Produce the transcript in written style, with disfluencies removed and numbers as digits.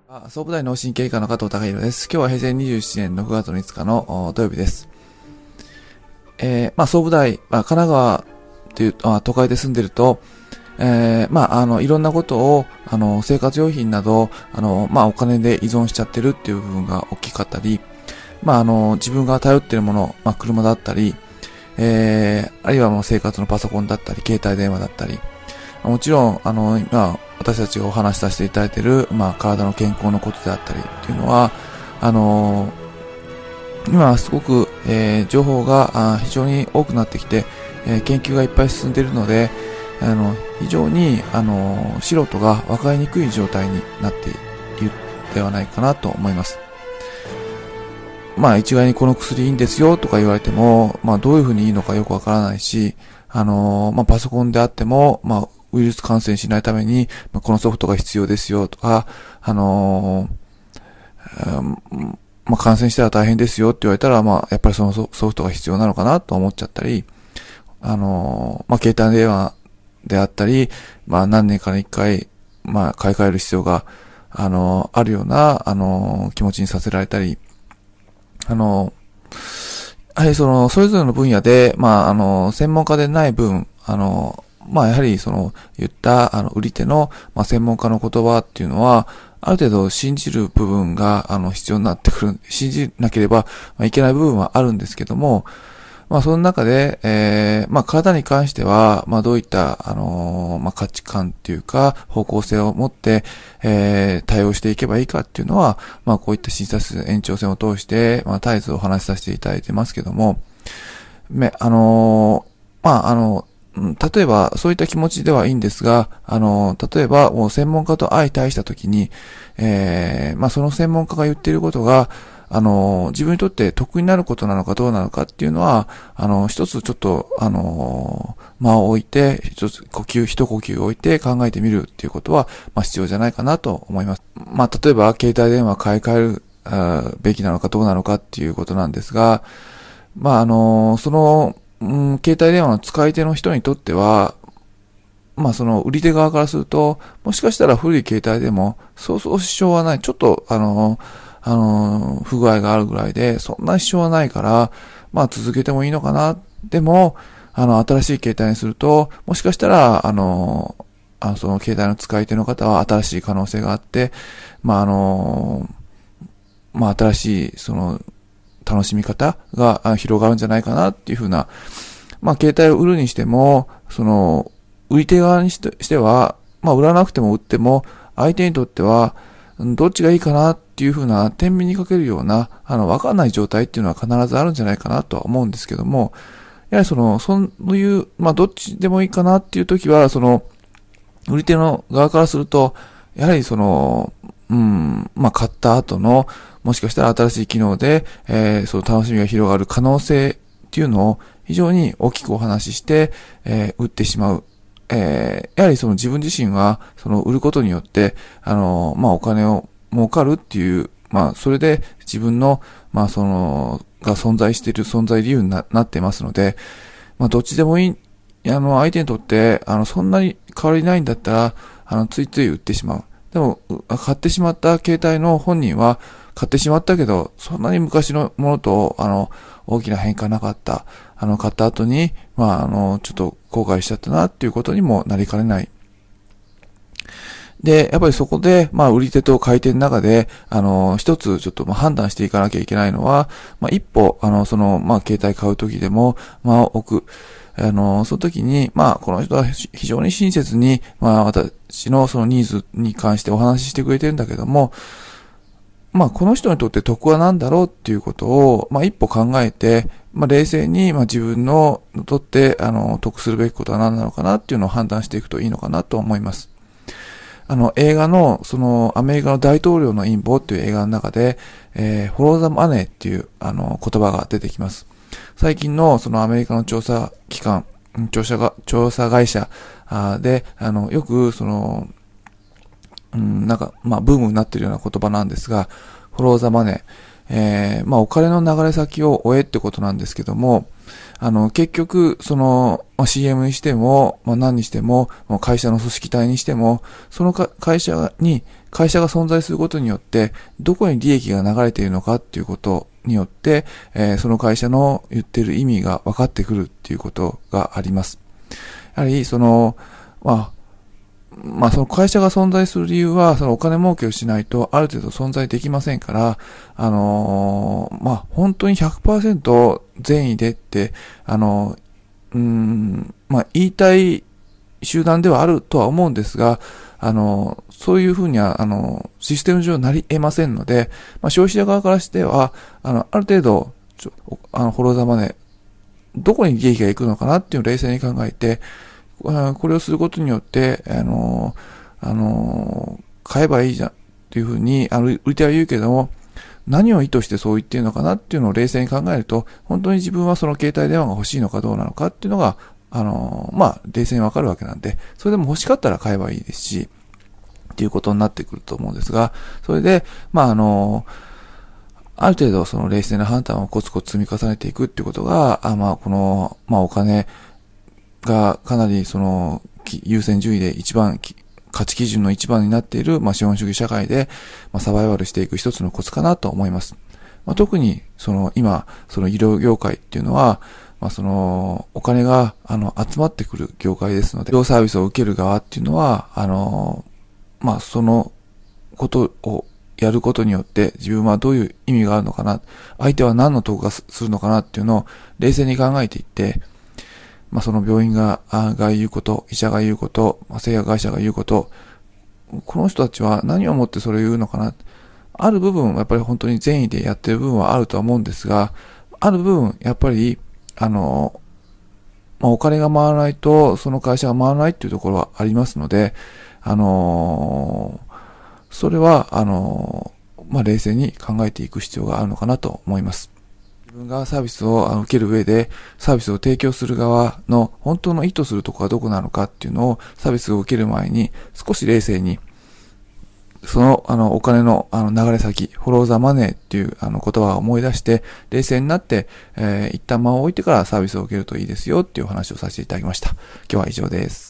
総武大脳神経科の加藤孝弘です。今日は平成27年6月5日の土曜日です。総武大、神奈川という都会で住んでると、いろんなことを、生活用品など、お金で依存しちゃってるっていう部分が大きかったり、自分が頼っているもの、車だったり、あるいはもう生活のパソコンだったり、携帯電話だったり、もちろん、今、私たちがお話しさせていただいている、体の健康のことであったりっていうのは、今すごく、情報が非常に多くなってきて、研究がいっぱい進んでいるので、非常に、素人が分かりにくい状態になっているではないかなと思います。一概にこの薬いいんですよとか言われても、どういうふうにいいのかよくわからないし、パソコンであっても、ウイルス感染しないために、このソフトが必要ですよとか、感染したら大変ですよって言われたら、やっぱりそのソフトが必要なのかなと思っちゃったり、携帯電話であったり、何年かに一回、買い替える必要が、あるような、気持ちにさせられたり、やはりそれぞれの分野で、専門家でない分、やはり言った、売り手の、専門家の言葉っていうのは、ある程度信じる部分が、必要になってくる、信じなければいけない部分はあるんですけども、その中で、体に関しては、どういった、価値観っていうか、方向性を持って、対応していけばいいかっていうのは、こういった診察室延長線を通して、絶えずお話しさせていただいてますけども、例えば、そういった気持ちではいいんですが、例えば、もう専門家と相対したときに、その専門家が言っていることが、自分にとって得になることなのかどうなのかっていうのは、一つちょっと、間を置いて、一呼吸置いて考えてみるっていうことは、必要じゃないかなと思います。例えば、携帯電話買い替えるべきなのかどうなのかっていうことなんですが、携帯電話の使い手の人にとっては、売り手側からすると、もしかしたら古い携帯でも、そう支障はない。ちょっと、不具合があるぐらいで、そんな支障はないから、続けてもいいのかな。でも、新しい携帯にすると、もしかしたら、その携帯の使い手の方は新しい可能性があって、新しい、楽しみ方が広がるんじゃないかなっていうふうな、携帯を売るにしても、売り手側にしては、売らなくても売っても、相手にとっては、どっちがいいかなっていうふうな、天秤にかけるような、わかんない状態っていうのは必ずあるんじゃないかなとは思うんですけども、やはりそういう、どっちでもいいかなっていう時は、売り手の側からすると、やはり買った後の、もしかしたら新しい機能で、楽しみが広がる可能性っていうのを非常に大きくお話しして、売ってしまう。やはり自分自身は、売ることによって、お金を儲かるっていう、それで自分の、が存在している存在理由になってますので、どっちでもいい、相手にとって、そんなに変わりないんだったら、ついつい売ってしまう。でも、買ってしまった携帯の本人は、買ってしまったけど、そんなに昔のものと、大きな変化なかった。買った後に、ちょっと後悔しちゃったなっていうことにもなりかねない。で、やっぱりそこで、売り手と買い手の中で、一つちょっと判断していかなきゃいけないのは、一歩、携帯買うときでも、置く。その時に、この人は非常に親切に、私のそのニーズに関してお話ししてくれてるんだけども、この人にとって得は何だろうっていうことを、一歩考えて、冷静に、自分のとって、得するべきことは何なのかなっていうのを判断していくといいのかなと思います。映画の、アメリカの大統領の陰謀っていう映画の中で、フォローザマネーっていう、言葉が出てきます。最近の、アメリカの調査機関、調査会社で、よく、ブームになっているような言葉なんですが、フォローザマネー。お金の流れ先を追えってことなんですけども、 結局、CM にしても、何にしても、会社の組織体にしても、その会社が存在することによって、どこに利益が流れているのかっていうことによって、その会社の言っている意味が分かってくるっていうことがあります。やはり、その会社が存在する理由は、そのお金儲けをしないと、ある程度存在できませんから、本当に 100% 善意でって、言いたい集団ではあるとは思うんですが、そういうふうには、システム上なり得ませんので、消費者側からしては、ある程度、フォローザマネー、どこに利益が行くのかなっていうのを冷静に考えて、これをすることによって、買えばいいじゃんっていうふうに、売り手は言うけども、何を意図してそう言っているのかなっていうのを冷静に考えると、本当に自分はその携帯電話が欲しいのかどうなのかっていうのが、冷静にわかるわけなんで、それでも欲しかったら買えばいいですし、っていうことになってくると思うんですが、それで、ある程度その冷静な判断をコツコツ積み重ねていくっていうことが、お金がかなり優先順位で価値基準の一番になっている、資本主義社会で、サバイバルしていく一つのコツかなと思います。特に、今、医療業界っていうのは、お金が、集まってくる業界ですので、医療サービスを受ける側っていうのは、そのことをやることによって、自分はどういう意味があるのかな、相手は何の得がするのかなっていうのを冷静に考えていって、その病院が言うこと、医者が言うこと、製薬会社が言うこと、この人たちは何をもってそれを言うのかな。ある部分、やっぱり本当に善意でやってる部分はあるとは思うんですが、ある部分、やっぱり、お金が回らないと、その会社が回らないっていうところはありますので、それは、冷静に考えていく必要があるのかなと思います。自分がサービスを受ける上で、サービスを提供する側の本当の意図するところがどこなのかっていうのを、サービスを受ける前に少し冷静に、お金の流れ先、フォローザマネーっていう言葉を思い出して、冷静になって、一旦間を置いてからサービスを受けるといいですよっていうお話をさせていただきました。今日は以上です。